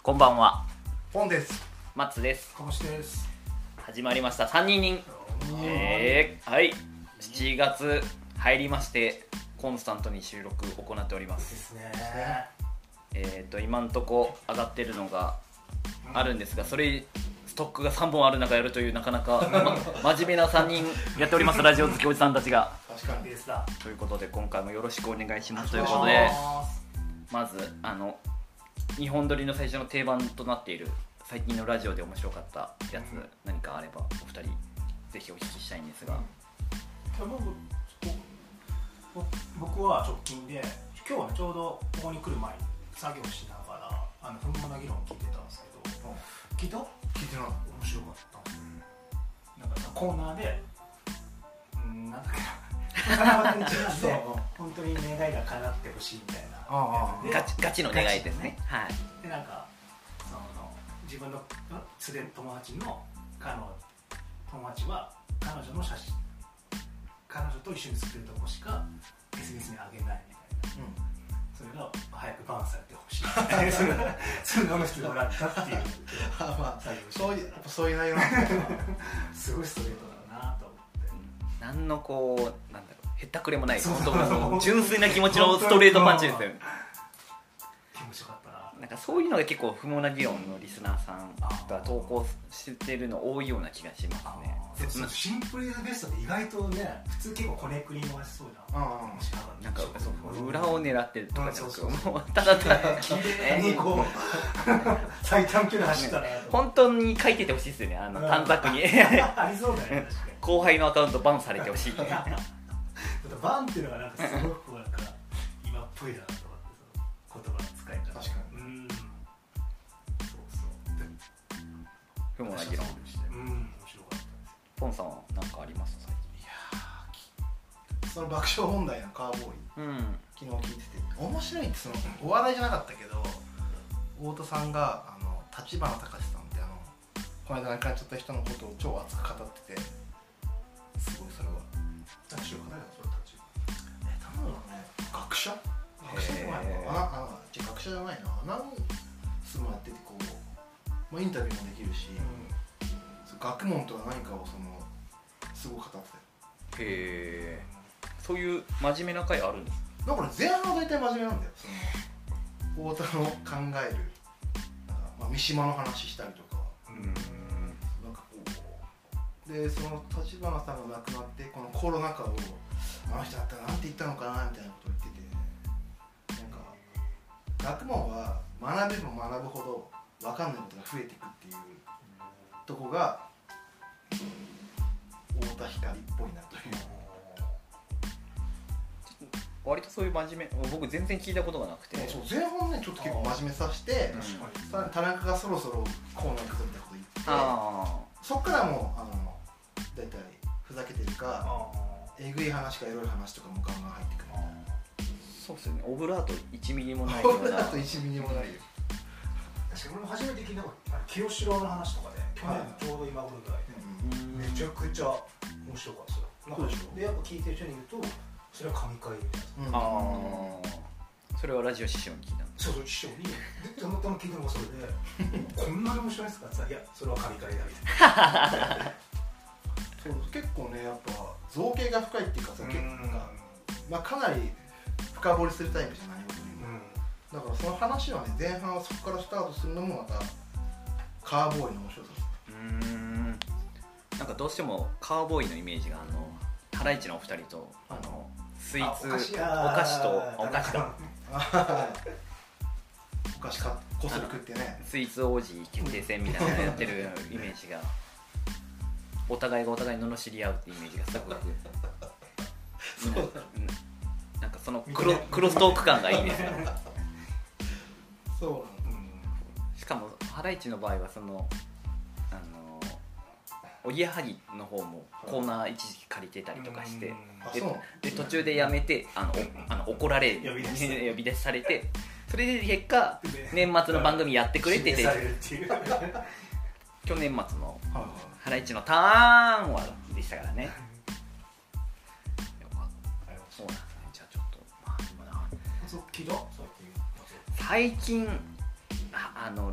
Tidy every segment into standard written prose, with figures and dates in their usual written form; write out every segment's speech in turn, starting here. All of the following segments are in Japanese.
こんばんは。 ポンです。 マッツです。 かもしです。 始まりました3人。はい、7月入りましてコンスタントに収録を行っております。 ですね。 今んとこ上がってるのがあるんですが、それストックが3本ある中やるというなかなか、真面目な3人やっております。ラジオ好きおじさんたちが。 確かにですだ。 ということで今回もよろしくお願いしますということで、まず2本撮りの最初の定番となっている最近のラジオで面白かったやつ、何かあればお二人ぜひお聞きしたいんですが。 僕は直近で今日はね、ちょうどここに来る前に作業しながら不毛な議論を聞いてたんですけど、聞いてない。面白かった。なんかさ、コーナーでなんだっけな、七夕にちなんで本当に願いが叶ってほしいみたいなやつで、 ガチの願いですね。はい。 でなんかその自分の連れ友達の友達は彼女の写真、彼女と一緒に作るとこしか SNS にあげないみたいな、それが早くバンされてほしいそれを飲してもらったっていうそういう内容なんだすごいストレートだなと思って、 何のなんだろう、へったくれもない純粋な気持ちのストレートパンチですよね。 気持ちよかったな。 なんかそういうのが結構不毛な議論のリスナーさんが投稿してるの多いような気がしますね。 シンプルイズベストって意外とね、普通結構こねくり回しそうな、 なんかそう裏を狙ってるとかじゃなく、もうただただ綺麗にこう最短距離走ったら本当に書いててほしいですよね、短冊にありそうだよね。 後輩のアカウントバンされてほしいバンっていうのがなんかすごくなんか今っぽいなと思って、その言葉の使い方。 確かに。 不毛な議論。 面白かったです。 ポンさんは何かあります最近？その爆笑問題のカーボーイ、昨日聞いてて面白いって、そのお笑いじゃなかったけど、太田さんが立花隆さんってこの間亡くなっちゃった人のことを超熱く語ってて、すごいそれは。 何しようかな、それ立多分ね、学者じゃないな、学者じゃないな、アナウンスもやっててインタビューもできるし、学問とは何かをすごい語ってたよ。 へえ。そういう真面目な回あるんですか？ だから前半は大体真面目なんだよ。太田の考える三島の話したりとか、なんかでその立花さんが亡くなってこのコロナ禍をあの人だったらなんて言ったのかなみたいなことを言ってて、なんか学問は学べば学ぶほど分かんないことが増えていくっていうとこが太田光っぽいなという。 割とそういう真面目、僕全然聞いたことがなくて、 そう前半ねちょっと結構真面目さして、田中がそろそろコーナー行くぞみたいなこと言って、そっからもうだいたいふざけてるかえぐい話かエロい話とかもガンガン入ってくるみたいな。 そうですよね。オブラート1ミリもないような。 オブラート1ミリもないよ。 確かに俺も初めて聞いた清志郎の話とかで、去年のちょうど今頃ぐらいでめちゃくちゃ面白かったですよ。でやっぱ聞いてる人に言うとそれは神回みたいな。 それはラジオ師匠に聞いたんです。 そう師匠にたまたま聞いたのがそれでこんなに面白いですかって言ったら、いやそれは神回だみたいな。 そう結構ね、やっぱ造形が深いっていうかさ、結構かなり深掘りするタイプじゃないよ。だからその話はね、前半はそこからスタートするのもまたカーボーイの面白さです。 なんかどうしてもカーボーイのイメージがハライチのお二人とスイーツ、お菓子かこすり食ってね、 スイーツ王子決定戦みたいなのやってるイメージが、お互いがお互いの罵り合うってイメージがすごくなんかそのクロストーク感がいいですよね。しかもハライチの場合はおぎやはぎの方もコーナー一時期借りてたりとかして、で途中でやめて怒られ呼び出しされて、それで結果年末の番組やってくれって言って去年末のハライチのターンはでしたからね。そうなんですね。じゃあちょっと聞いた？ 最近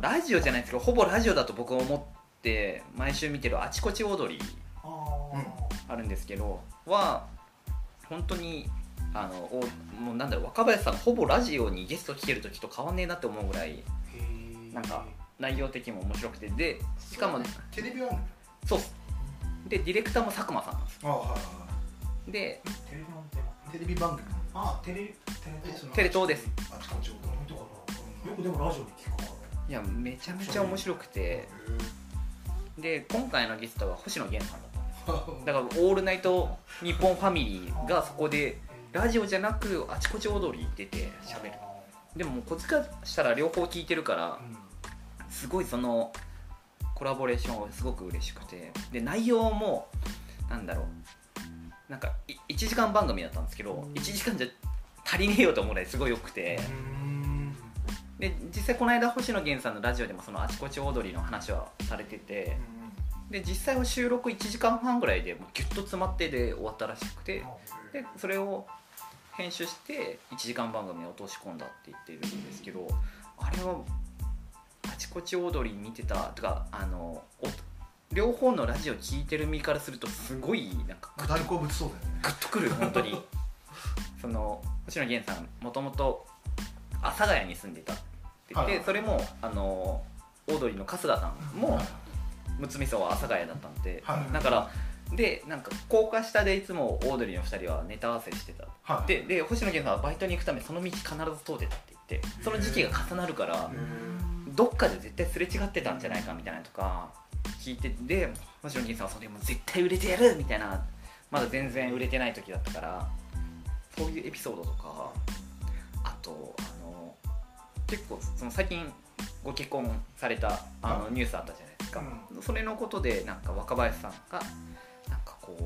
ラジオじゃないですけどほぼラジオだと僕は思って毎週見てるあちこちオードリーあるんですけどは本当にもうなんだろう若林さんほぼラジオにゲスト来てる時と変わんねえなって思うぐらいなんか内容的にも面白くてでしかもテレビ番組そうっすでディレクターも佐久間さんなんですあ、はいはいでテレビ番組テレ東です。 あちこちオードリーよくでもラジオで聞くからいやめちゃめちゃ面白くてで今回のゲストは星野源さんだったんですだからオールナイトニッポンファミリーがそこでラジオじゃなくあちこちオードリー出て喋るでもこっちからしたら両方聞いてるからすごいそのコラボレーションすごく嬉しくてで内容もなんだろうなんか1時間番組だったんですけど1時間じゃ足りねえよと思うぐらいすごい良くてで実際この間星野源さんのラジオでもそのあちこちオードリーの話はされててで実際は収録1時間半ぐらいでもうギュッと詰まってで終わったらしくてでそれを編集して1時間番組に落とし込んだって言ってるんですけどあれはあちこちオードリー見てたとか両方のラジオ聞いてる身からするとすごいなんか大好物そうだよねグッとくる本当にその星野源さんもともと阿佐ヶ谷に住んでたって言って、それもオードリーの春日さんもむつみそは阿佐ヶ谷だったんで、だからでなんか高架下でいつもオードリーの2人はネタ合わせしてた、で星野源さんはバイトに行くためその道必ず通ってたって言ってその時期が重なるからどっかで絶対すれ違ってたんじゃないかみたいなとか聞いてで星野源さんはそれも絶対売れてやるみたいなまだ全然売れてない時だったからそういうエピソードとかあと結構その最近ご結婚されたニュースあったじゃないですか、それのことでなんか若林さんがなんかこ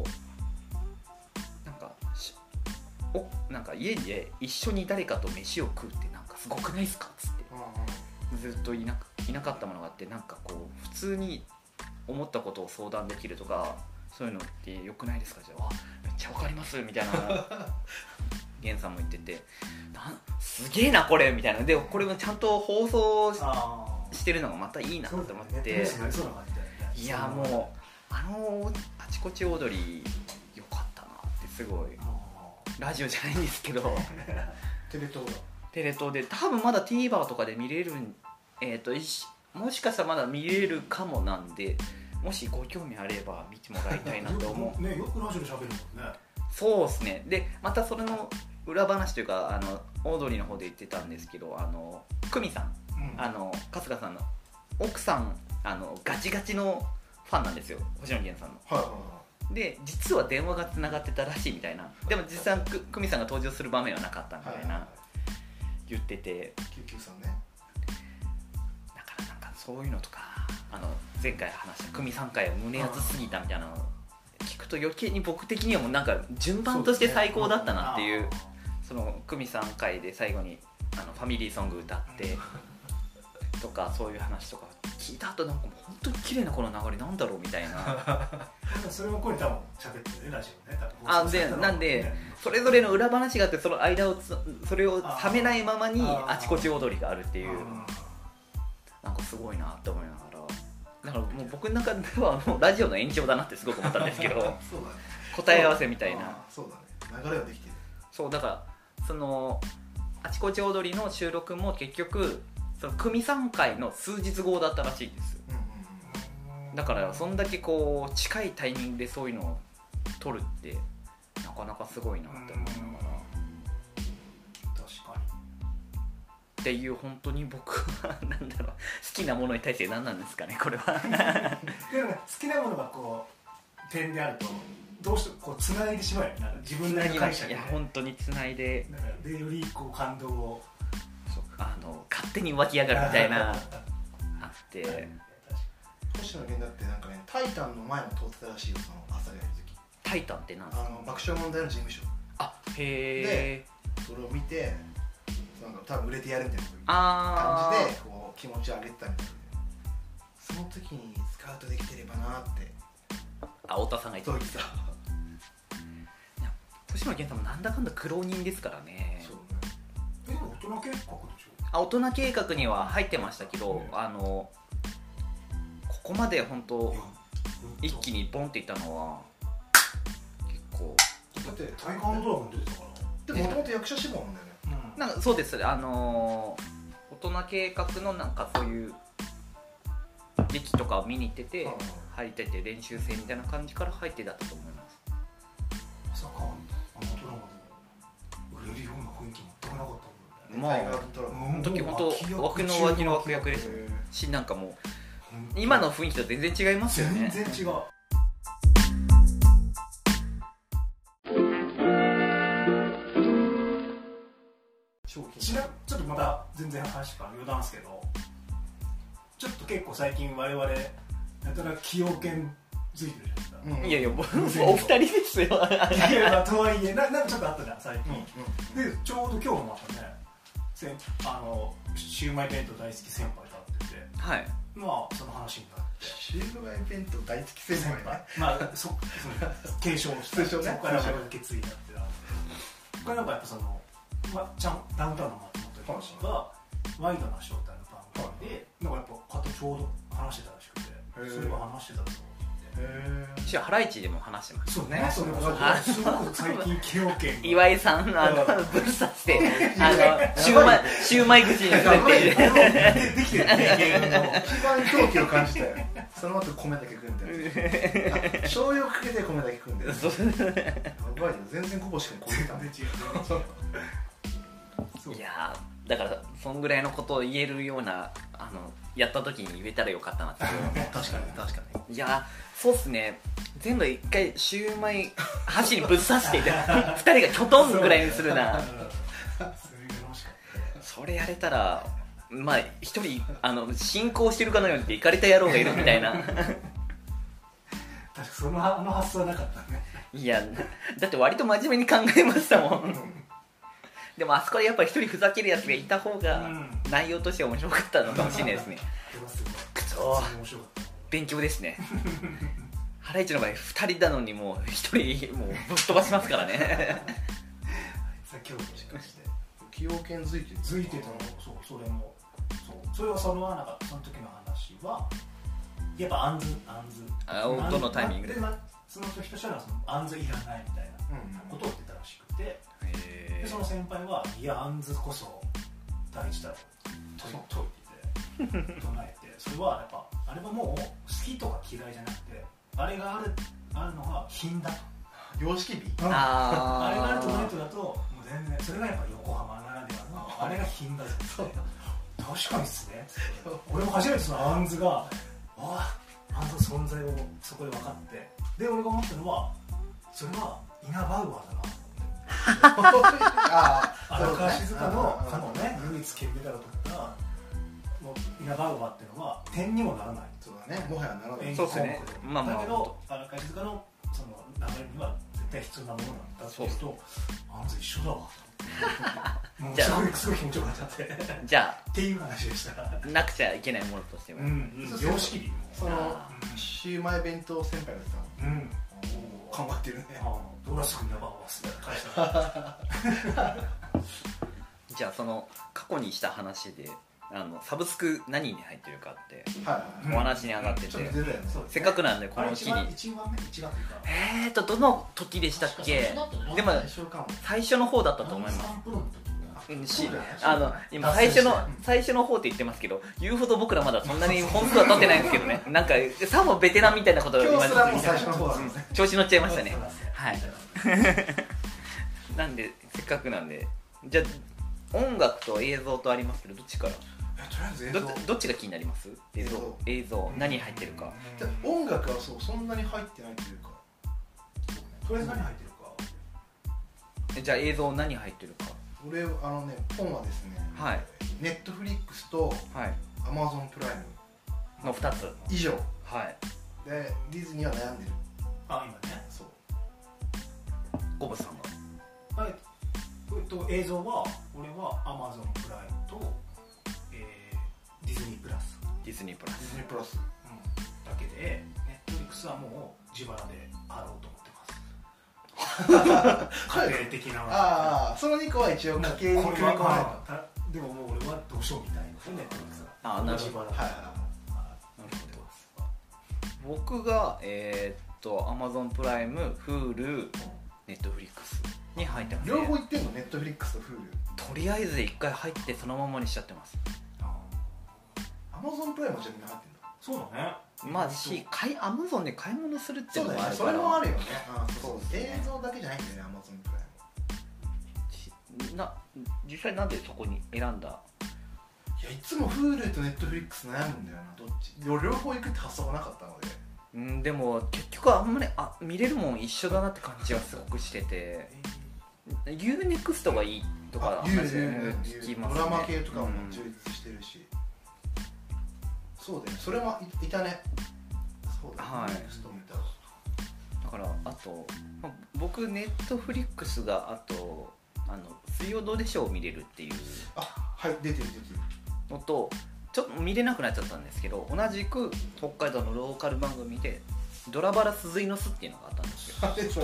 うなんか家で一緒に誰かと飯を食うってなんかすごくないですかっつってずっといなかったものがあってなんかこう普通に思ったことを相談できるとかそういうのって良くないですかじゃあめっちゃわかりますみたいな源さんも言っててすげえなこれみたいなでこれもちゃんと放送してるのがまたいいなと思っていやもうあちこちオードリーよかったなってすごいラジオじゃないんですけどテレ東で多分まだ TVer とかで見れるもしかしたらまだ見れるかもなんでもしご興味あれば見てもらいたいなと思うねよくラジオで喋るもんねそうですねでまたそれの裏話というかオードリーの方で言ってたんですけど久美さん、春日さんの奥さんガチガチのファンなんですよ星野源さんの、で実は電話がつながってたらしいみたいなでも実際久美さんが登場する場面はなかったみたいな、言ってて 99さんねだからなんかそういうのとか前回話した久美さん回は胸熱すぎたみたいなのを聞くと余計に僕的にはもうなんか順番として最高だったなっていうその久美さん回で最後にファミリーソング歌ってとかそういう話とか聞いた後なんかもう本当に綺麗なこの流れなんだろうみたいなそれもこれ多分喋ってるねラジオね多分なんでそれぞれの裏話があってその間をそれを冷めないままにあちこち踊りがあるっていうなんかすごいなって思いながらだからもう僕の中ではもうラジオの延長だなってすごく思ったんですけどそうだ、ね、答え合わせみたいなそうだね流れができてるそうだからそのあちこち踊りの収録も結局その組3回の数日後だったらしいです、だからそんだけこう近いタイミングでそういうのを撮るってなかなかすごいなって思いながら確かにっていう本当に僕はなんだろう好きなものに対して何なんですかねこれはでもね好きなものがこう点であるとどうしてもこうつないでしまうよね自分なりの解釈で、 いや本当につないででよりこう感動を勝手に湧き上がるみたいなあって星野源だってなんかねタイタンの前も通ってたらしいよその阿佐ヶ谷の時タイタンって何ですか爆笑問題の事務所へえそれを見てなんか多分売れてやるみたいな感じでこう気持ちを上げてたみたいでその時にスカウトできてればなって太田さんが言ってそう言ってた星野源さんもなんだかんだ苦労人ですからねそうねでも大人結構でしょ大人計画には入ってましたけど、ここまで本当一気にボンっていったのは結構。 だってタイガードラゴン出てたから。 でもともと役者志望なんだよね。 なんかそうです。大人計画のなんかそういう劇とかを見に行ってて、入ってて練習生みたいな感じから入ってたと思います。 まさかドラマの売れるような雰囲気全くなかったもんね。 まあその時本当枠の脇の枠役ですよし、なんかもう今の雰囲気と全然違いますよね。 全然違う。ちょっとまた全然話から余談ですけど、ちょっと結構最近我々やたら崎陽軒づいてるじゃないですか。 いやいや、お二人ですよ。いやとはいえなんかちょっとあったじゃん最近、でちょうど今日もまたねシウマイ弁当大好き先輩と会ってて、 はい、 まあその話になって、 シウマイ弁当大好き先輩ね、 まあ継承してそこから受け継いだってなって、これなんかやっぱそのダウンタウンの松本人志がワイドなショータイム番組でなんかやっぱちょうど話してたらしくて、それは話してたと思って。 一応ハライチでも話してます。 そうね。それはすごく最近崎陽軒岩井さんぶっ刺してシウマイ口にされてできてるね。 一番狂気を感じたよ。その後米だけ食うんだよ。醤油をかけて米だけ食うんだよ。やばいよ、全然こぼしかにこれた。 いやだからそんぐらいのことを言えるようなやった時に言えたらよかったなって。 確かに。 いやそうっすね。全部一回シューマイ箸にぶっ刺していて2人がキョトンぐらいにするな。それやれたらまあ一人進行してるかのように行かれた野郎がいるみたいな。 確かその発想はなかったね。 いやだって割と真面目に考えましたもん。でもあそこでやっぱり一人ふざけるやつがいた方が内容としては面白かったのかもしれないですね。くそ勉強ですね。ハライチの場合2人なのにもう1人もうぶっ飛ばしますからね。 崎陽軒しかして崎陽軒づいてたの。そうそれもそれはそのなんかその時の話はやっぱアンズどのタイミングでその時としてはそのアンズいらないみたいなことを言ってたらしくて、でその先輩はいやアンズこそ大事だろうと言ってて唱えて、それはやっぱあれはもう好きとか嫌いじゃなくてあれがあるのが品だと、 様式美、 あれがあるとないとだともう全然それがやっぱ横浜ならではのあれが品だぞって。確かにっすね。俺も初めてそのアンズがアンズの存在をそこで分かって、で俺が思ったのはそれはイナバウアーだな。荒川静香のね唯一金メダルを取ったもうイナバウアーっていうのは点にもならない。 そうだね、もはやならない。 そうですね。 だけど荒川静香のその流れには絶対必要なものなんだっていうと、アンズ一緒だわ。もうすごい緊張がちゃって。 じゃあっていう話でした。 なくちゃいけないものとしては。 様式美。 そのシウマイ弁当先輩が言ってた。考えてるね。 ドラスクイナバウアーすね。返した。 じゃあその過去にした話でサブスク何に入ってるかってお話に上がってて、せっかくなんでこの機にどの時でしたっけ。でも最初の方だったと思います。今最初の方って言ってますけど、言うほど僕らまだそんなに本数は取ってないんですけどね。なんかさもベテランみたいなことを言われて調子乗っちゃいましたね。はい。なんでせっかくなんで、じゃあ音楽と映像とありますけど、どっちからどっちが気になります？映像何入ってるか。 音楽はそんなに入ってないというか、 とりあえず何入ってるか。 じゃあ映像何入ってるか。 俺本はですね、ネットフリックスとアマゾンプライムの2つ以上。 でディズニーは悩んでる。 今ね。そう。 ゴブさんが映像は俺はアマゾンプライムとディズニープラスだけで、ネットフリックスはもう自腹で払おうと思ってます。家庭的な。 その2個は一応家計に組み込まれた。 でももう俺はどうしようみたいなネットフリックスがなるほど。僕がAmazon プライム、Hulu、Netflix に入ってますね。 両方行ってんの？ Netflix と Hulu。 とりあえずで1回入ってそのままにしちゃってます。 Amazon プライムはじゃあみんな入ってんだ。 そうだね。 まあAmazon で買い物するっていうのもあるから。 それもあるよね。映像だけじゃないんだよね、Amazon プライム。 実際なんでそこに選んだ？ いや、いつも Hulu と Netflix 悩むんだよな。どっち両方行くって発想がなかったので。 でも結局あんまり見れるもん一緒だなって感じはすごくしてて、UNEXT がいいとか聞きますね。 ドラマ系とかも充実してるし、そうだよね、それもいたね。そうだね、 はい、だからあと、僕Netflixがあと水曜どうでしょうを見れるっていうはい、出てるのと、ちょっと見れなくなっちゃったんですけど、同じく北海道のローカル番組でドラバラ鈴井の巣っていうのがあったんですよ。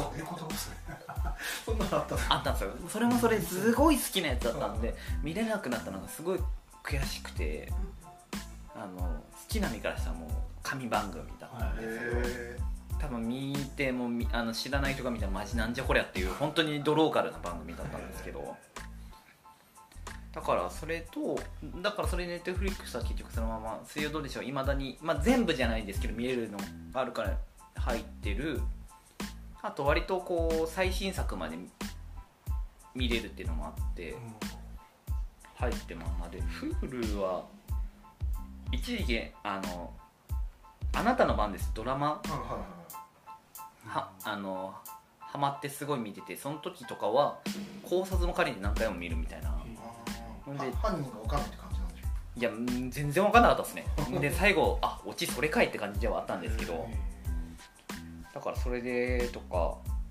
そんなのあったんですよ。それもそれすごい好きなやつだったんで見れなくなったのがすごい悔しくて、好きな身からしたらもう神番組だったんですよ。多分見ても知らない人が見たらマジなんじゃこりゃっていう本当にドローカルな番組だったんですけど、だからそれでNetflixは結局そのまま水曜どうでしょういまだに、全部じゃないですけど見れるのがあるから入ってる。あと割とこう最新作まで見れるっていうのもあって入ってままで、Hulu は一時期あなたの番ですドラマハマってすごい見てて、その時とかは考察も借りて何回も見るみたいな。 犯人が分かんないって感じなんでしょ？ いや全然分かんなかったですね。で最後オチそれかいって感じではあったんですけど、だからそれでとか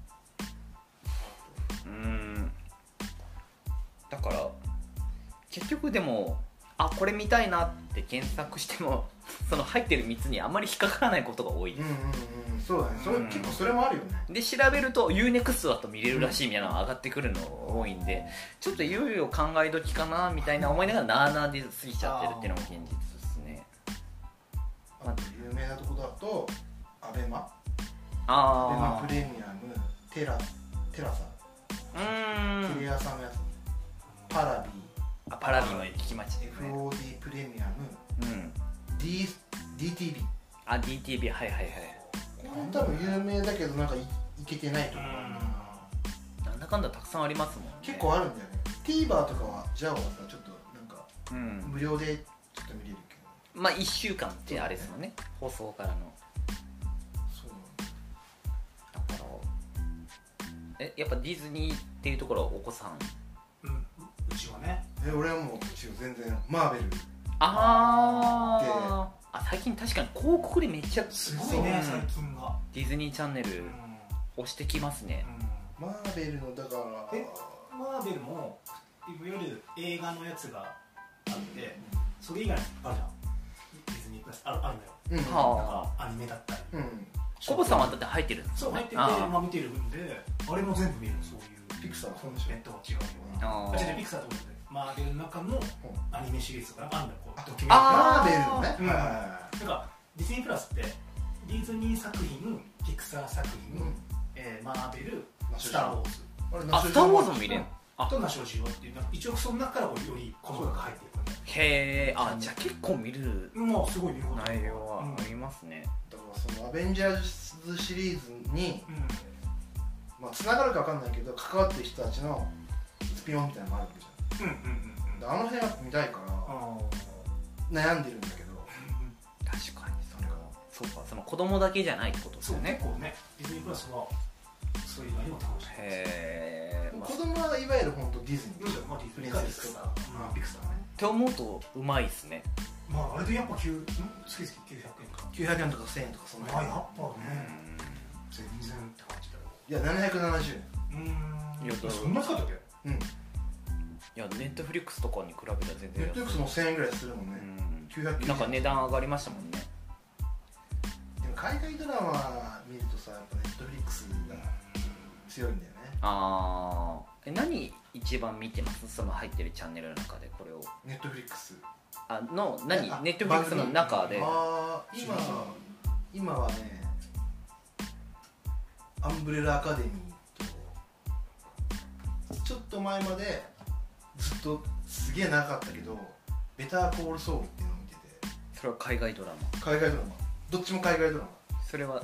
だから結局でもこれ見たいなって検索してもその入ってる3つにあんまり引っかからないことが多い。 そうだね、結構それもあるよね。 で調べると UNEXT だと見れるらしいみたいなのが上がってくるの多いんで、ちょっといよいよ考え時かなみたいな思いながらなーなーで過ぎちゃってるっていうのも現実ですね。 あと有名なとこだとアベマプレミアム、テラサ、テレ朝のやつ、パラビも聞きましたね。 FOD プレミアム、DTV DTV はいはいはい。 これ多分有名だけどなんかいけてないところなんだかんだたくさんありますもんね。 結構あるんだよね。 TVer とかはじゃあさちょっとなんか無料でちょっと見れるけど、 1週間ってあれですもんね、放送からの。 そうだからやっぱディズニーっていうところはお子さん？ うちはね。 俺はもう全然マーベル最近確かに広告でめっちゃすごいね、最近がディズニーチャンネル押してきますね。 マーベルのだからマーベルもいわゆる映画のやつがあってそれ以外にあるじゃん、ディズニープラスあるんだよ。なんかアニメだったり、 コボさんはだって入ってるんですよね。 そう入ってて見てるんで、あれも全部見る。そういうピクサーそうでしょ。 ネットは違うようなピクサーとかでマーベルの中のアニメシリーズとかあるんだよ、こうドキュメンタリー。 マーベルのね、 なんかディズニープラスってディズニー作品、ピクサー作品、マーベル、スター・ウォーズ、 スター・ウォーズも見れるとナショージオっていう、一応その中からより細かく入っていくんだよ。 へえ、じゃあ結構見るもうすごい見ること内容はありますね。 だからそのアベンジャーズシリーズにつながるか分かんないけど関わってる人たちのスピンオフみたいなのもあるわけじゃん。あの辺は見たいから悩んでるんだけど、 確かにそれはそうか、その子供だけじゃないってことですよね。 結構ね、ディズニープラスはそういうのにも楽しい。 子供はいわゆる本当ディズニーでしょ。 プリンセスとかピクサーねって思うとうまいっすね。 あれでやっぱ月々900円か 900円とか1000円とかその辺。 やっぱね全然って感じだよ。 いや770円。 いやそんなかったっけ。 いやネットフリックスとかに比べたら全然ネットフリックスも1000円ぐらいするもんね。900円なんか値段上がりましたもんね。 でも海外ドラマ見るとさ、やっぱネットフリックスが強いんだよね。 何一番見てます？その入ってるチャンネルの中でこれを。 ネットフリックス何ネットフリックスの中で。 今はねアンブレラアカデミーとちょっと前までずっとすげえ長かったけどベターコールソウルっていうのを見てて。 それは海外ドラマ？ 海外ドラマ、どっちも海外ドラマ。 それは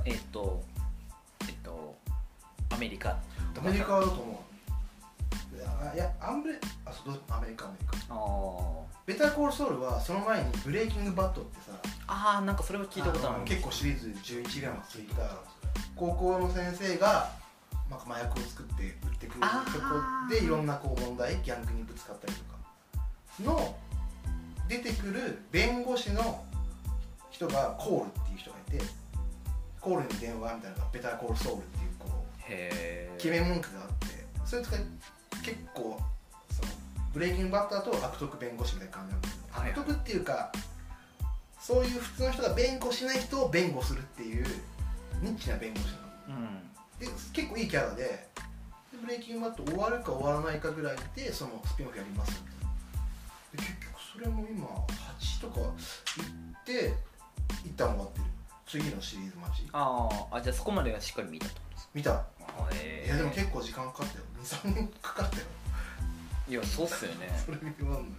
アメリカとか。 アメリカだと思う。いやアンブレそうアメリカ。ベターコールソウルはその前にブレイキングバットってさ、 なんかそれは聞いたことある。 結構シリーズ11話も続いた高校の先生が麻薬を作って売ってくるとこでいろんなこう問題、ギャングにぶつかったりとかの出てくる弁護士の人がコールっていう人がいて、コールに電話みたいなのがベターコールソウルっていうこう決め文句があって、それとか結構そのブレイキングバッターと悪徳弁護士みたいな感じなんだけど、悪徳っていうかそういう普通の人が弁護しない人を弁護するっていうニッチな弁護士なの、で結構いいキャラでブレイキングバット終わるか終わらないかぐらいでそのスピンオフやりますで、結局それも今8とか行って一旦終わってる。次のシリーズ待ち。 じゃあそこまではしっかり見たと。 見た。いやでも結構時間かかったよ。 2,3 年かかったよ。 いやそうっすよね。 それ見終わんのに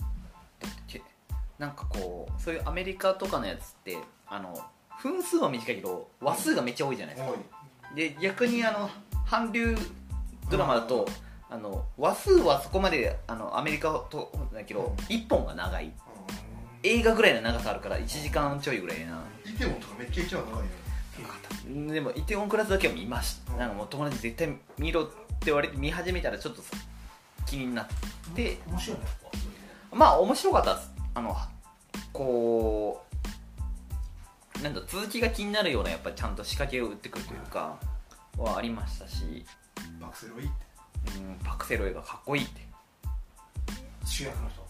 なんかこうそういうアメリカとかのやつって分数は短いけど話数がめっちゃ多いじゃないですか、で逆に韓流ドラマだと話数はそこまでアメリカとだけど1本が長い、映画ぐらいの長さあるから1時間ちょいぐらいな。 イテウォンとかめっちゃ一番長いよ。 でもイテウォンクラスだけは見ました、なんかもう友達絶対見ろって言われて見始めたらちょっと気になって、 面白いね。 面白かったです。こうなんだ続きが気になるようなやっぱちゃんと仕掛けを打ってくるというかはありましたし、 パクセロイって、 パクセロイがかっこいいって。 主役の人、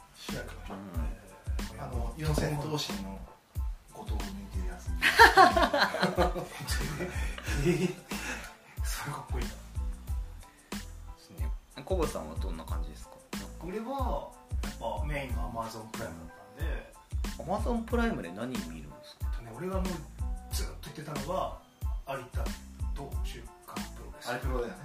四千頭身の後藤に似てるやつそれかっこいいな。 コブさんはどんな感じですか？ これはやっぱメインが Amazon プライムだったんで。 Amazon プライムで何見るんですか？ 俺がもうずっと言ってたのは有田と週刊プロレス。 アリプロだよね。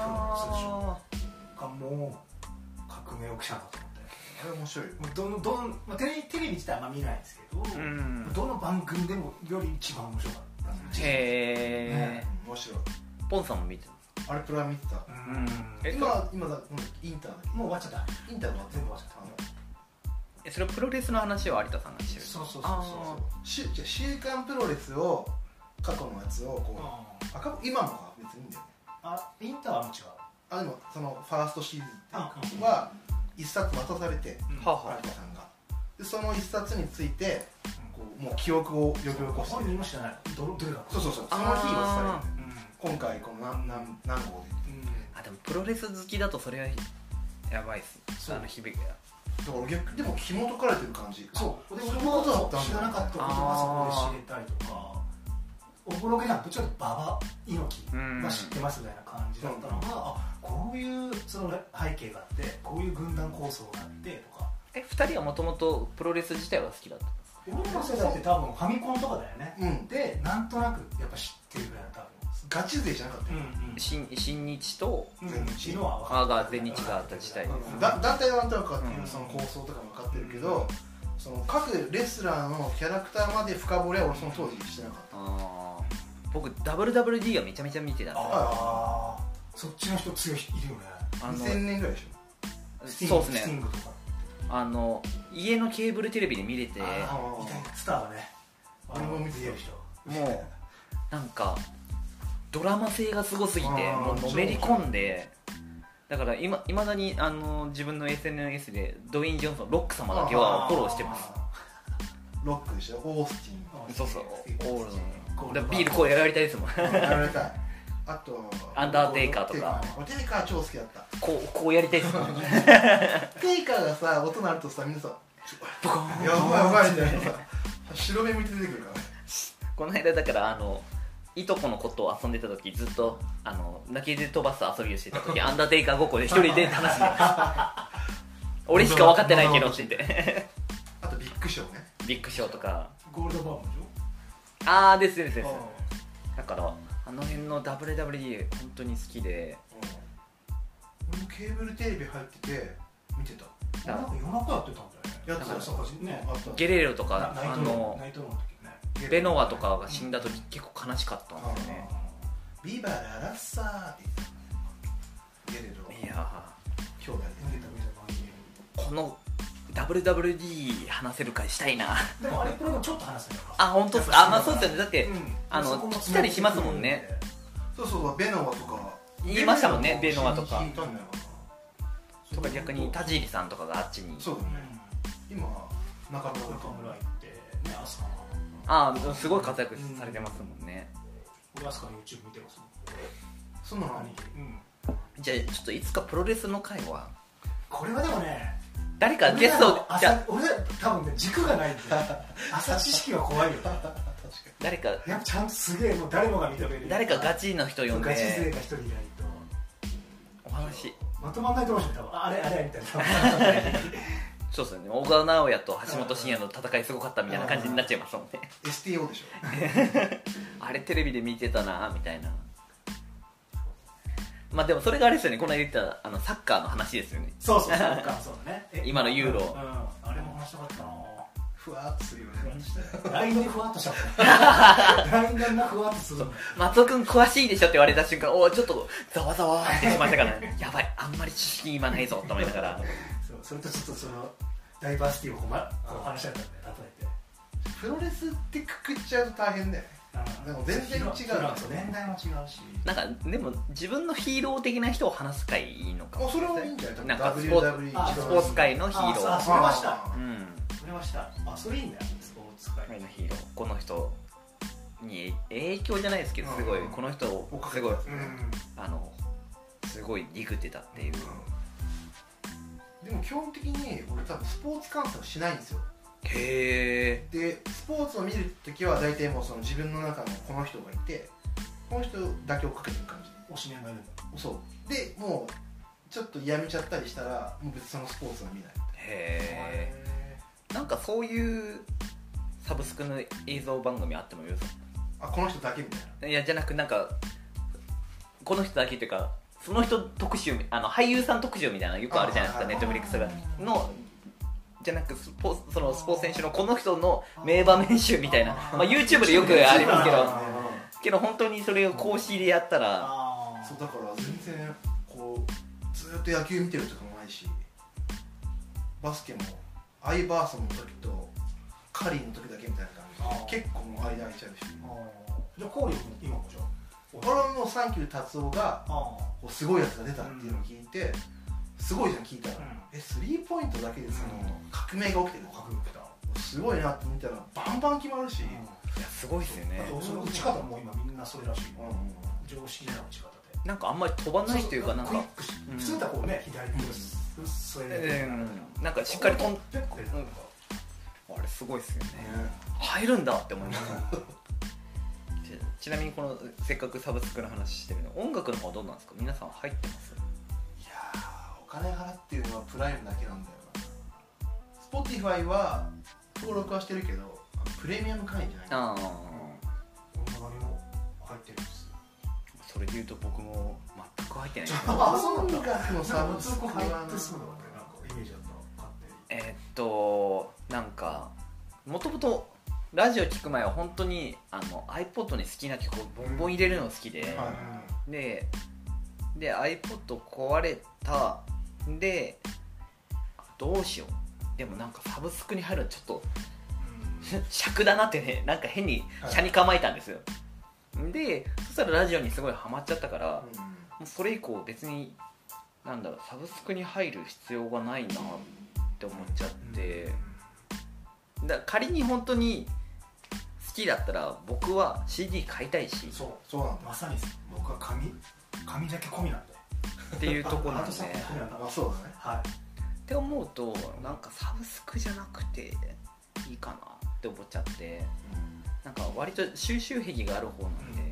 がもう革命起きたなと思って。 あれ面白いよ。 テレビ自体は見ないんですけど、どの番組でもより一番面白かったんですよ。 面白い。 ポンさんも見てた？ アリプロは見てた。今だインターだけど。 もう終わっちゃった。 インターは全部終わっちゃった。 それはプロレスの話を有田さんがしてる。 そう週刊プロレスを過去のやつをこう今のは別にいいんだよね。 インターはもう違う。 でもそのファーストシリーズは一冊渡されて有田さんがでその一冊についてこうもう記憶を呼び起こして。 本人も知らない。どれだ。 そうその日はされる。今回この何号で。 でもプロレス好きだとそれはやばいっす。響きが。 だから逆でも紐解かれてる感じ。 そうでも知らなかったことがそこで知れたりとか、おぼろげなどっちかというと馬場猪木が知ってますみたいな感じだったのが、こういうその背景があってこういう軍団構想があってとか。 2人はもともとプロレス自体は好きだったんですか？ 俺の世代って多分ファミコンとかだよね。でなんとなくやっぱ知ってるぐらいの多分ガチ勢じゃなかったよ。 新日と全日が全日があった時代。 団体はなんとなく分かってる、その構想とかも分かってるけど、その各レスラーのキャラクターまで深掘りは俺その当時してなかった。 僕 WWD はめちゃめちゃ見てたんで。 そっちの人強い人いるよね。 2000年ぐらいでしょ。そうですね。家のケーブルテレビで見れて、 スターがね、 あれも見てる人もうなんかドラマ性がすごすぎてもうのめり込んで、だからいまだに自分の SNS でドウェイン・ジョンソンロック様だけはフォローしてます。 ロックでしょ。オースティン。 そうそうビールこうやりたいですもん。 やりたい。あとアンダーテイカーとか。 テイカー超好きだった。 こうやりたいですもん。 テイカーがさ音鳴るとさみんなさやばいみたいなさ白目向いて出てくるから。 この間だからいとこの子と遊んでた時ずっと泣きで飛ばす遊びをしてた時アンダーテイカーごっこで一人で話してた俺しか分かってないけどって言ってあとビッグショーね、 ビッグショーとかゴールドバーもでしょ。 ああですですです。だからあの辺の WWE 本当に好きで、 俺もケーブルテレビ入ってて見てた。 なんか夜中やってたんだよね。 やってたね。 ゲレーロとかナイトローの時ね。 ベノワとかが死んだ時結構悲しかったんですよね。 ビバララッサーって言ってた。ゲレーロ。 いや兄弟で見てた見てた。 この WWD 話せる会したいな。 でもあれこれもちょっと話すね。 あ本当ですか。まあそうですよね。だって来たりしますもんね。 そうそうベノワとか言いましたもんね。ベノワとか聞いたんだよとか逆に田尻さんとかがあっちに。 そうだね。今中村行ってねアスカ。 ああすごい活躍されてますもんね。 俺アスカの YouTube 見てますもん。 そんなのじゃあちょっといつかプロレスの会はこれはでもね誰かゲストじゃ俺多分ね軸がないんで朝知識は怖いよ。 誰かやっぱちゃんとすげえもう誰もが認める誰かガチの人呼んでガチ勢が一人いないとお話まとまんないと思うし多分あれみたいな。 そうですね。小川直也と橋本真也の戦いすごかったみたいな感じになっちゃいますもんね。 STO でしょ。 あれテレビで見てたなみたいな。まあでもそれがあれですよね。この間言ったサッカーの話ですよね。 そうそうそうね。 今のユーロ。 あれも話したかったな。 ふわっとするよね。 LINE でふわっとしたもん。LINE でふわっとする。 松尾君詳しいでしょって言われた瞬間、おちょっとざわざわってしましたからね。やばい、あんまり知識今ないぞと思いながら。 それとちょっとそのダイバーシティをこう話し合ったんで例えて。 プロレスってくくっちゃうと大変だよね。でも全然違う。 年代も違うし。 なんかでも自分のヒーロー的な人を話す会いいのかも。 それはいいんじゃない。 なんかスポーツ界のヒーロー。 それはした。 うんそれはした。それいいんだよ。スポーツ界のヒーロー。この人に影響じゃないですけど、すごいこの人をすごいすごいディグってたっていう。 でも基本的に俺多分スポーツ観戦しないんですよ。 へえ。 でスポーツを見るときは大体もうその自分の中のこの人がいてこの人だけ追っかけてる感じで推しメンがいるんだ。 そうでもうちょっとやめちゃったりしたらもう別にそのスポーツは見ない。 へえ。なんかそういうサブスクの映像番組あってもいいですか。 この人だけみたいな。 いやじゃなくなんかこの人だけっていうかその人特集俳優さん特集みたいなのよくあるじゃないですか。ネットフリックスがのじゃなくそのスポーツ選手のこの人の名場面集みたいな、YouTube でよくありますけど本当にそれを公式でやったらそうだから全然こうずっと野球見てるとかもないしバスケもアイバーソンの時とカリーの時だけみたいな感じで結構もう間空いちゃうし。 じゃあコーリーも今もじゃあ俺はもうサンキュー達夫がすごいやつが出たっていうのを聞いてすごいじゃん聞いたらスリーポイントだけでその革命が起きてるすごいなって見たらバンバン決まるしいやすごいですよね。 その打ち方も今みんなそれらしい。常識な打ち方でなんかあんまり飛ばないというかなんか普通だとこうね左手それなんかしっかり飛んであれすごいですよね。入るんだって思います。ちなみにこのせっかくサブスクの話してるの音楽の方はどうなんですか。皆さん入ってます？ いやお金払ってるのはプライムだけなんだよな。Spotify は登録はしてるけどプレミアム会員じゃない。 何も入ってるんです。 それでいうと僕も全く入ってない。 音楽のサブスクは入ってそうだもんね。なんかイメージだったなんかもともとラジオ聞く前は本当にiPod に好きな曲をボンボン入れるの好きで、で iPod 壊れたでどうしようでもなんかサブスクに入るのちょっと尺だなってねなんか変に車に構えたんですよ。でそしたらラジオにすごいハマっちゃったから、もうそれ以降別になんだろうサブスクに入る必要がないなって思っちゃって、だ仮に本当に好きだったら僕は CD 買いたいし、 そうなんだ。まさに僕は紙だけ込みなんでっていうところなんでそうだね。 はい。って思うとなんかサブスクじゃなくていいかなって思っちゃって、なんか割と収集癖がある方なんで、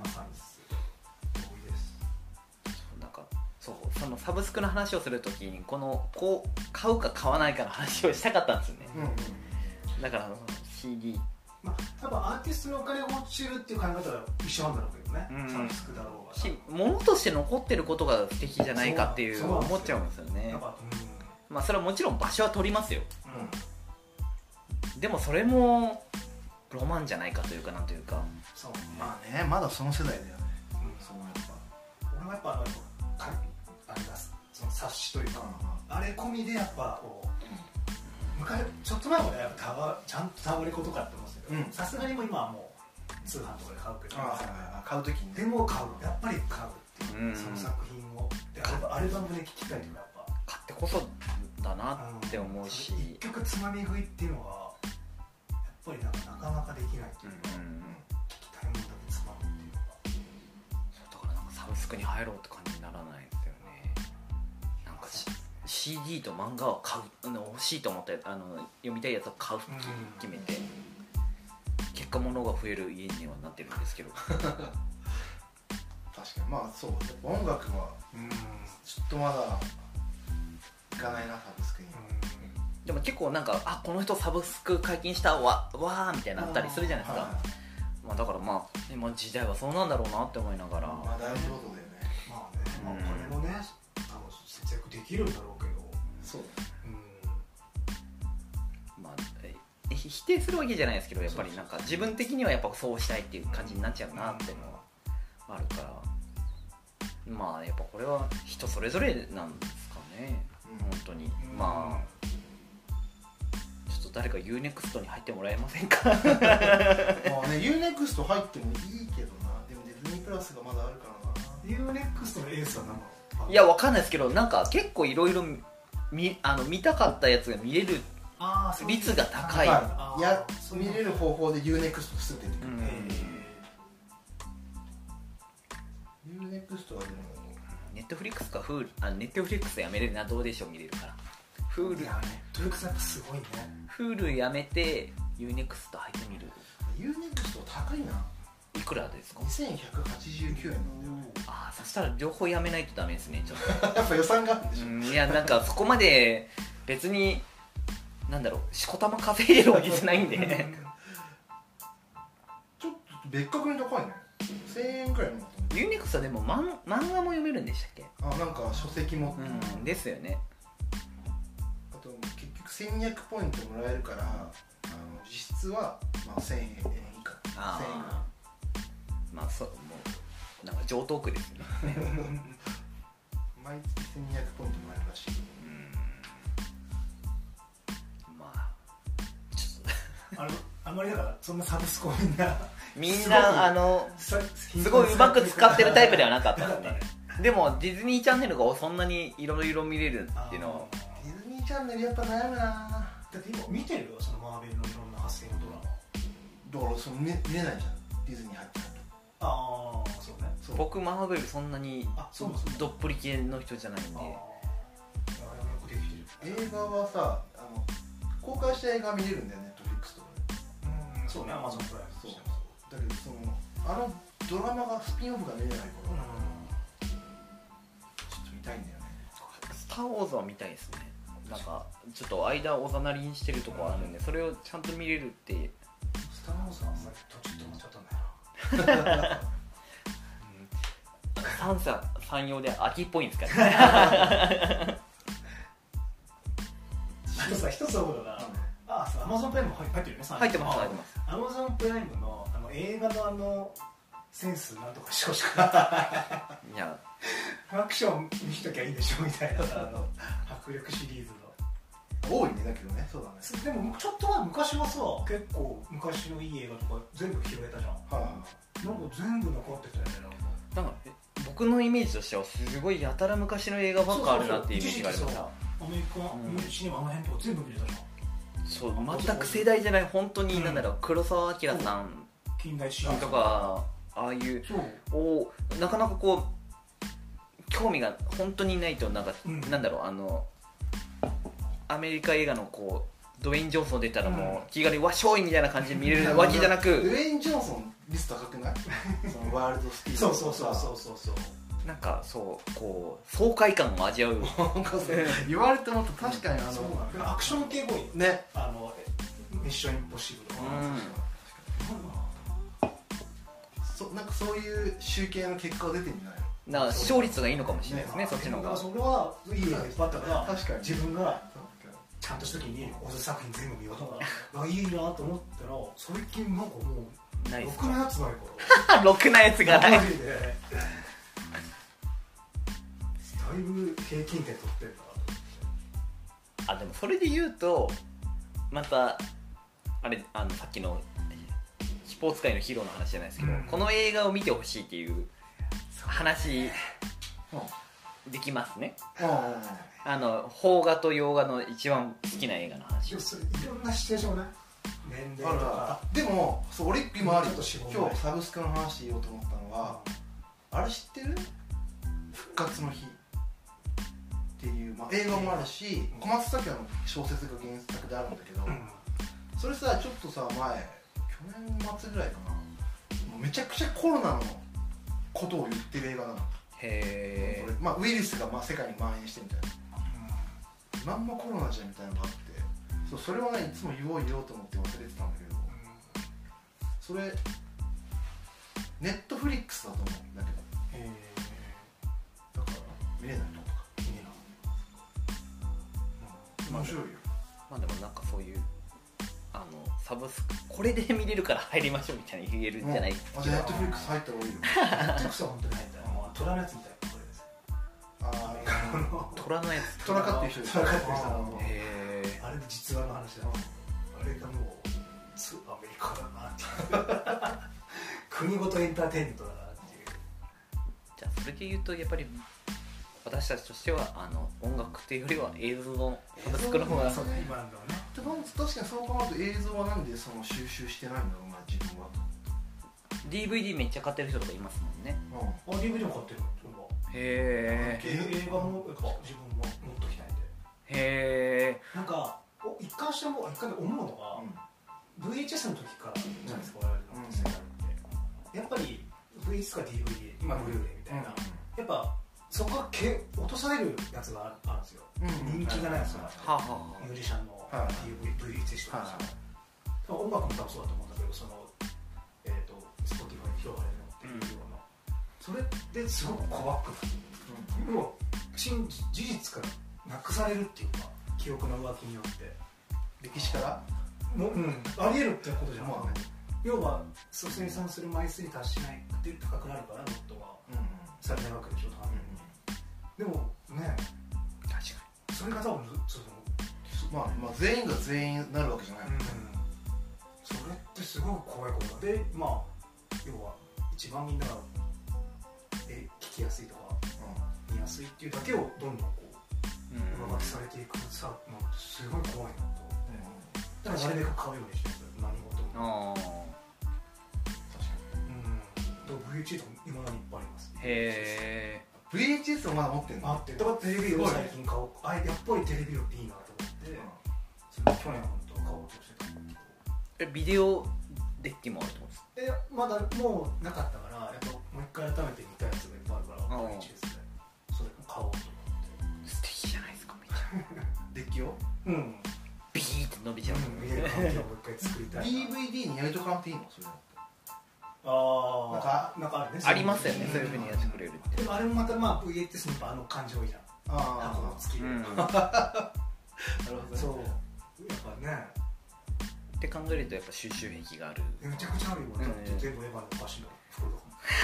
まさに同意です。 なんかそのサブスクの話をするときにこう買うか買わないかの話をしたかったんですよね、だからCD、 多分アーティストのお金が落ちるっていう考え方は一緒なんだろうけどね、サブスクだろうがし物として残ってることが素敵じゃないかっていう思っちゃうんですよね。それはもちろん場所は取りますよ、でもそれもロマンじゃないかというかなんというか、 そうまあね、まだその世代だよね、そのやっぱ俺もやっぱあれだ、その冊子というか、あれ込みでやっぱこう昔ちょっと前までやっぱちゃんとタワレコとかって思うんですけど、さすがにもう今はもう通販とかで買うけど、 買う時にでも買う、やっぱり買うっていう、その作品をでアルバムで聴きたいとか、やっぱ買ってこそだなって思うし、 一曲つまみ食いっていうのはやっぱりなかなかできないっていうか、聴きたいものだけつまむっていうのが、 だからなんかサブスクに入ろうって感じにならないんですよね。なんかCD と漫画を買う、欲しいと思って読みたいやつを買うって決めて、結果物が増える家にはなってるんですけど確かにまあそう、音楽はちょっとまだいかないな、サブスクに。 でも結構なんかこの人サブスク解禁したわーみたいなのあったりするじゃないですか、だから今時代はそうなんだろうなって思いながら、 大事ことだよね。 お金もね節約できるんだろうけど、 そう否定するわけじゃないですけど、やっぱりなんか自分的にはやっぱそうしたいっていう感じになっちゃうなっていうのはあるから、やっぱこれは人それぞれなんですかね、本当に。ちょっと誰か UNEXT に入ってもらえませんかまあね、UNEXT 入ってもいいけどな、でもディズニープラスがまだあるからな。 UNEXT のエースは何なの？ いや、わかんないですけど、なんか結構いろいろ見たかったやつが見れる率が高い。 見れる方法で UNEXT すぐ出てくる。UNEXT はでも Netflix かNetflix やめれるな、どうでしょう、見れるから。 Hulu やっぱすごいね。 Hulu やめて UNEXT 入ってみる。 UNEXT 高いな。 いくらですか ？2189円なんだよね。 そしたら両方やめないとダメですね、ちょっとやっぱ予算があるんでしょ。 いや、なんかそこまで別になんだろう、しこたま稼いでるわけじゃないんでちょっと別格に高いね。1000円くらいの。 UNEXT はでも漫画も読めるんでしたっけ？ なんか書籍も、 ですよね。 あと結局1200ポイントもらえるから、実質は1000円以下。1000円ぐらい。 もうなんか上等句ですね毎月1200ポイントもらえるらしい。 ちょっとあんまりだからそんなサブスクをみんなすごいうまく使ってるタイプではなかったですねでもディズニーチャンネルがそんなにいろいろ見れるっていうのは、 ディズニーチャンネルやっぱ悩むな。 だって今見てるよ、そのマーベルのいろんな派生のドラマ。 だから見れないじゃん、ディズニー入ってないと。 そうね。 僕マーベルそんなにどっぷり系の人じゃないんで。 映画はさ、公開した映画見れるんだよね、Netflix とかで。 そうね、Amazon プライム。 そうだけどドラマがスピンオフが見れないから、ちょっと見たいんだよね。 スター・ウォーズは見たいですね。なんかちょっと間おざなりにしてるとこあるんで、それをちゃんと見れるって。 スター・ウォーズはあんまり途中で止まっちゃったんだよな三者三様で秋っぽいんですからねあとさ、一つ思うのが、Amazon プライムも入ってるよね。 入ってます。 Amazon プライムの映画のセンスなんとかしてほしくいや、 アクション見しときゃいいでしょみたいな迫力シリーズの多いね。だけどね、そうだね。 でもちょっと昔はさ、結構昔のいい映画とか全部拾えたじゃん。なんか全部残ってたよね。 なんか僕のイメージとしてはすごいやたら昔の映画ばっかあるなっていうイメージがありました。 アメリカシネマ辺とか全部見れたじゃん。 そう、全く世代じゃない、本当になんだろう、黒澤明さん近代史とかああいうをなかなかこう興味が本当にないと、なんか、なんだろう、アメリカ映画のこうドウェイン・ジョンソン出たらもう気軽にわっしょいみたいな感じで見れるわけじゃなく、 ドウェイン・ジョンソンリスト高くない？そのワールドスティーそうそうなんかそうこう爽快感を味わう言われても確かにアクション系多いね、 ミッションインポッシブルとか、 なんかそういう集計の結果が出てみないだから視聴率がいいのかもしれないですね、そっちの方が。 それはいい映画いっぱいあったから確かに自分がちゃんとした時に小津作品全部見ようとかいいなと思ったら最近なんかもうないろくなやつないからろくなやつがないマジでだいぶ平均点取ってるあ、でもそれで言うとまたあれさっきのスポーツ界のヒーローの話じゃないですけど、この映画を見てほしいっていう話できますね。邦画と洋画の一番好きな映画の話。 それいろんなシチュエーションね、年齢とか。 でも俺今ある今日サブスクの話言おうと思ったのは、あれ知ってる？復活の日っていう、映画もあるし、小松左京の小説が原作であるんだけど、それさちょっとさ前去年末ぐらいかな、めちゃくちゃコロナのことを言ってる映画なの。 へー、ウイルスが世界に蔓延してみたいな、なんもコロナじゃんみたいなのがあって、それはねいつも言おうと思って忘れてたんだけど、それネットフリックスだと思うんだけど、だから見れないのとか面白いよ。 でもなんかそういうサブスクこれで見れるから入りましょうみたいに言えるんじゃないですか。 じゃあネットフリックス入った方がいいよ。 ネットフリックスは本当に入ったら虎のやつみたいなこれです。 虎のやつ。 虎飼ってる人です。虎飼ってる人。 あれ実話の話だ。あれがもうアメリカだなっていう。国ごとエンターテインメントだなっていう。 じゃあそれで言うとやっぱり私たちとしては音楽っていうよりは映像のサブスクの方がそうね、今なんだろうね。 確かにそう考えると映像はなんでその収集してないんだろうな自分は。 DVD めっちゃ買ってる人とかいますもんね。 DVD も買ってるの。 へ映画もやっぱ自分も持っときたいんで。 へえ。 なんか一貫して思うのが、VHS の時からじゃないですか、我々の世代ってやっぱり VHS か DVD 今ブルーレイみたいな、やっぱそこから落とされるやつがあるんですよ、人気がないやつがミュージシャンの VHS とか音楽も多分そうだと思うんだけど、そのSpotify に広がれるのっていうような、それってすごく怖くて、もう事実からなくされるっていうか、記憶の浮気によって歴史からもありえるってことじゃん、要は生産する枚数に達しないって高くなるからロットはされないわけでしょ、多分。でもね、 確かにそれが多分全員が全員なるわけじゃない、 それってすごく怖いことで、要は一番みんなが聞きやすいとか見やすいっていうだけをどんどんこう上書きされていくさのすごい怖いなと。だからなるべく買うようにしてるんですよ、何事も。確かに。VHS とかいまだにいっぱいあります。 へえ。 VHS をまだ持ってるの？ あって、だからテレビを最近買おう。やっぱりテレビをっていいなと思って、去年本当は買おうとしてたんだけど。 ビデオデッキもあると思うんです。 まだもうなかったから、やっぱもう一回改めて見たやつがいっぱいあるから、VHS でそれ買おうと思って。 素敵じゃないですか、めっちゃ。 デッキを？ ビーって伸びちゃう。 見える環境をもう一回作りたい。 DVD に焼いとかなくていいの？それだって。 なんかあるね。 ありますよね、そういう風にやってくれるって。 でもあれもまたVHS の感じ多いじゃん。箱の付きで。なるほど。そう。やっぱね。 って考えるとやっぱ収集癖がある。 めちゃくちゃあるよ。だって全部エヴァの歌詞の袋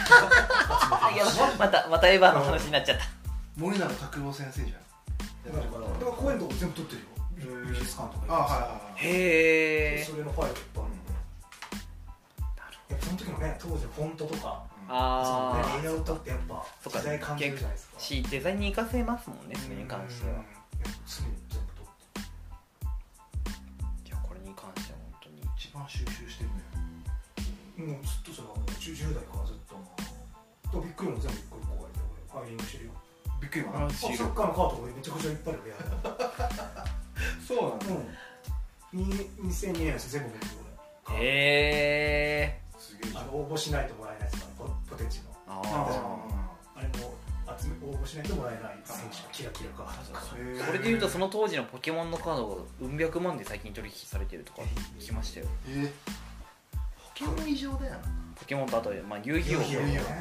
とか。またエヴァの話になっちゃった。 森永卓郎先生じゃん。 だから公演とか全部撮ってるよ。美術館とか。へえ。 それのファイルいっぱいあるんで。その時のね、当時フォントとかレイアウトってやっぱ時代感じるじゃないですか。 デザインに活かせますもんね、それに関しては。 常に全部撮って。 じゃあこれに関しては本当に一番収集してるね。 もうずっとそれは10代からずっと。びっくりも全部一個一個書いてファイリングしてるよ。 びっくりもサッカーのカードがめちゃくちゃいっぱいあるね。 そうなんだ。 2002年です全国でへえ応募しないともらえないですからポテチのあれも応募しないともらえない選手がキラキラかそれでいうとその当時のポケモンのカードがうん百万で最近取引されてるとか聞きましたよ。 ポケモン異常だよな。 ポケモンとあと、まあ、遊戯王ねあるんで、 そうそういっ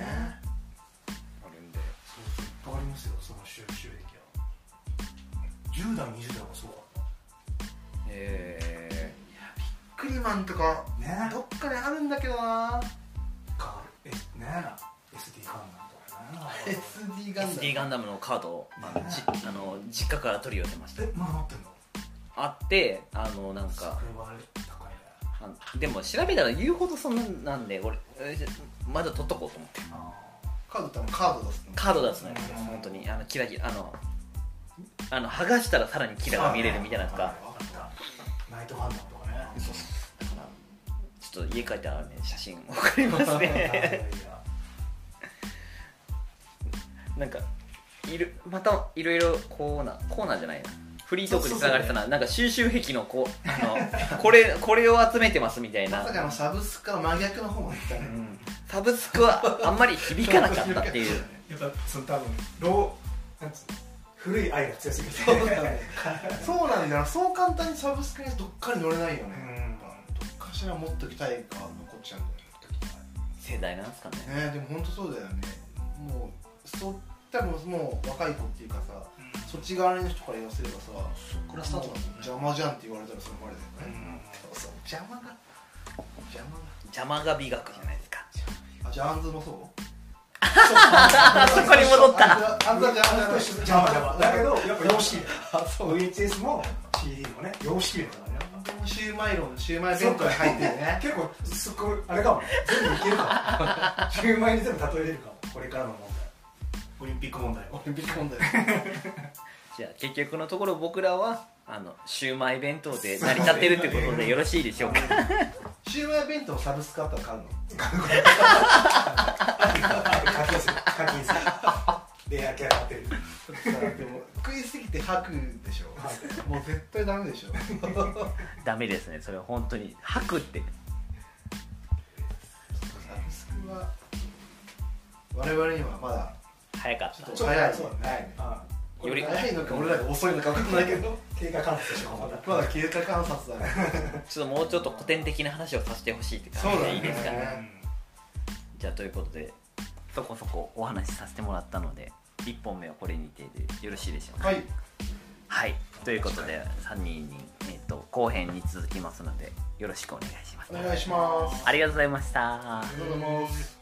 ぱいありますよその収益は。10代20代もそうかへえビックリマンとかねどっかにあるんだけどな。 ね SD ガンダムとかね SD ガンダム SD ガンダムのカードを実家から取り寄せました。 まだ持ってんの？ あってなんかそれはあれ高いね。 でも調べたら言うほどそんなんで俺まだ取っとこうと思って。 カードってカード出すの？ カード出すのよ本当にキラキラ剥がしたらさらにキラが見れるみたいなやつがナイトガンダムとかね。 だからちょっと家帰ったらね写真送りますねなんかまたいろいろコーナーじゃないなフリートークにつながれたな。なんか収集癖のこれを集めてますみたいな。 まさかのサブスクは真逆の方も言ったね、 サブスクはあんまり響かなかったっていうやっぱその多分なんつうの古い愛が強すぎてそうなんだよ。そう簡単にサブスクにどっかに乗れないよね。どっかしら持っときたいか残っちゃうんだよね。 世代なんですかね。 でも本当そうだよね。もう多分もう若い子っていうかさ、そっち側の人から言わせればさ、そっからスタートなんだよね。邪魔じゃんって言われたらそれまでだよね。そう邪魔が美学じゃないですか。 じゃあアンズもそう？ そこに戻った。 アンズは邪魔だけどやっぱ様式 VHS も CD もね様式だからね。 シューマイ弁当に入ってるね。 結構そこあれかも全部いけるかもシューマイに全部例えれるかも。これからの問題オリンピック問題じゃあ結局のところ僕らはシューマイ弁当で成り立ってるってことでよろしいでしょうかシューマイ弁当サブスクあったら買うの？ 課金するレアキャラ当てる。 でも食いすぎて吐くでしょ。もう絶対ダメでしょ。 ダメですねそれは本当に吐くってサブスクは我々にはまだ早かった。 ちょっと早いね。 より早いのか俺らが遅いのか分かんないけど経過観察でしょ。 まだ経過観察だね。 ちょっともうちょっと古典的な話をさせてほしいって感じでいいですかね。じゃあということでそこそこお話しさせてもらったので1本目はこれにてでよろしいでしょうか。はいということで3人に、後編に続きますのでよろしくお願いします。 お願いします。 ありがとうございました。 ありがとうございます。